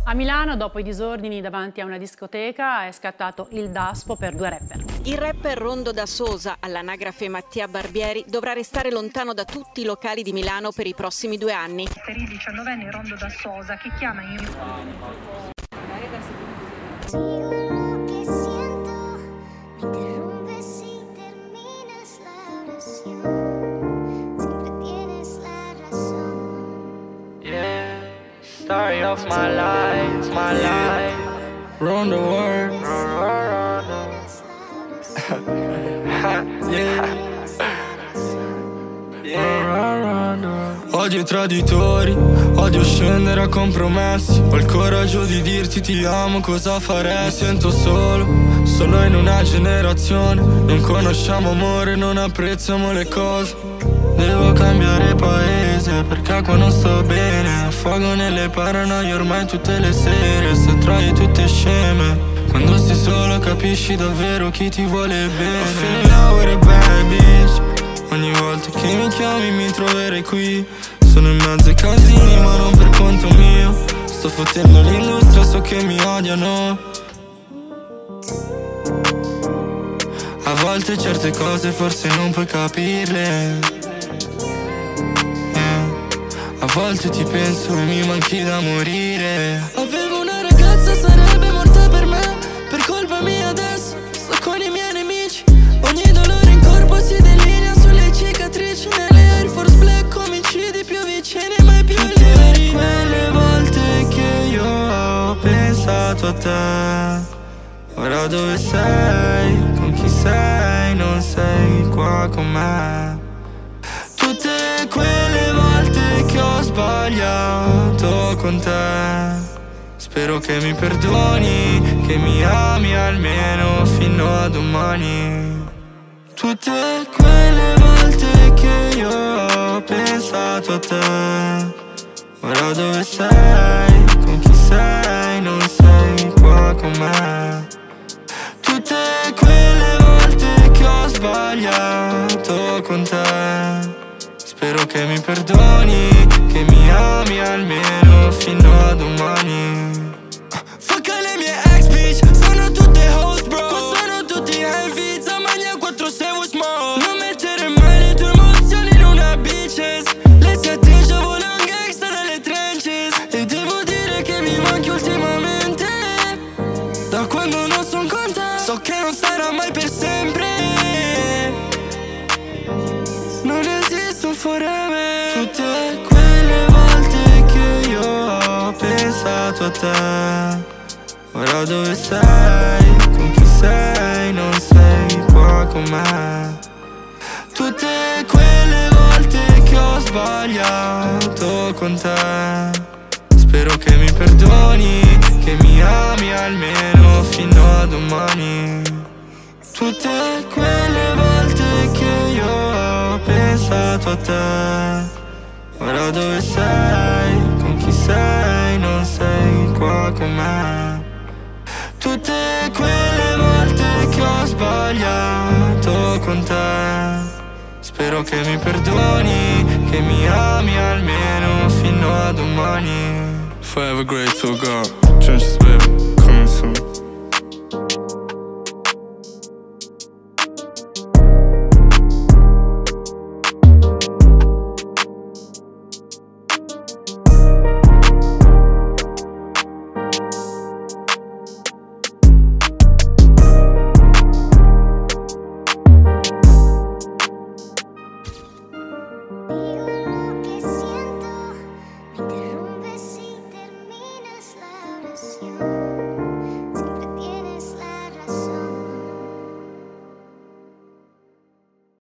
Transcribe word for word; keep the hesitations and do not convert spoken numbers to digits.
A Milano, dopo i disordini davanti a una discoteca, è scattato il daspo per due rapper. Il rapper Rondo da Sosa, all'anagrafe Mattia Barbieri, dovrà restare lontano da tutti i locali di Milano per i prossimi due anni. Per il diciannovenne Rondo da Sosa, che chiama in Story of my life, my life. Round the world. Yeah. Yeah. Odio i traditori, odio scendere a compromessi. Ho il coraggio di dirti ti amo, cosa farei? Mi sento solo, solo in una generazione. Non conosciamo amore, non apprezziamo le cose. Devo cambiare paese perché qua non sto bene. Affogo nelle paranoie ormai tutte le sere. Se troie tutte sceme, quando sei solo capisci davvero chi ti vuole bene. I'm feeling now with a bad bitch. Ogni volta che mi chiami mi troverai qui. Sono in mezzo ai casini ma non per conto mio. Sto fottendo l'industria, so che mi odiano. A volte certe cose forse non puoi capirle. A volte ti penso e mi manchi da morire. Avevo una ragazza, sarebbe morta per me. Per colpa mia adesso sto con i miei nemici. Ogni dolore in corpo si delinea sulle cicatrici. Nelle Air Force Black omicidi più vicini mai più liberi. Quelle volte che io ho pensato a te. Ora dove sei? Con chi sei? Non sei qua con me. Tutte quelle volte che ho sbagliato con te. Spero che mi perdoni, che mi ami almeno fino a domani. Tutte quelle volte che io ho pensato a te. Ora dove sei? Con chi sei? Non sei qua con me. Tutte quelle volte che ho sbagliato con te. Spero che mi perdoni, che mi ami almeno fino a domani. Fuck le mie ex bitch, sono tutte host bro. Qua sono tutti heavy, Zamagna quattro sei smoke. Non mettere mai le tue emozioni in una bitches. Le si atteggia vola un gangsta dalle trenches. E devo dire che mi manchi ultimamente. Da quando non son con te, so che non sarà mai per sempre. Non esisto forever. Tutte quelle volte che io ho pensato a te. Ora dove sei? Con chi sei? Non sei qua con me. Tutte quelle volte che ho sbagliato con te. Spero che mi perdoni, che mi ami almeno fino a domani. Tutte quelle volte che io ho pensato a te. Ora dove sei? Con chi sei? Non sei qua con me. Tutte quelle volte che ho sbagliato con te. Spero che mi perdoni, che mi ami almeno fino a domani. Forever grateful God, trenches baby, coming soon.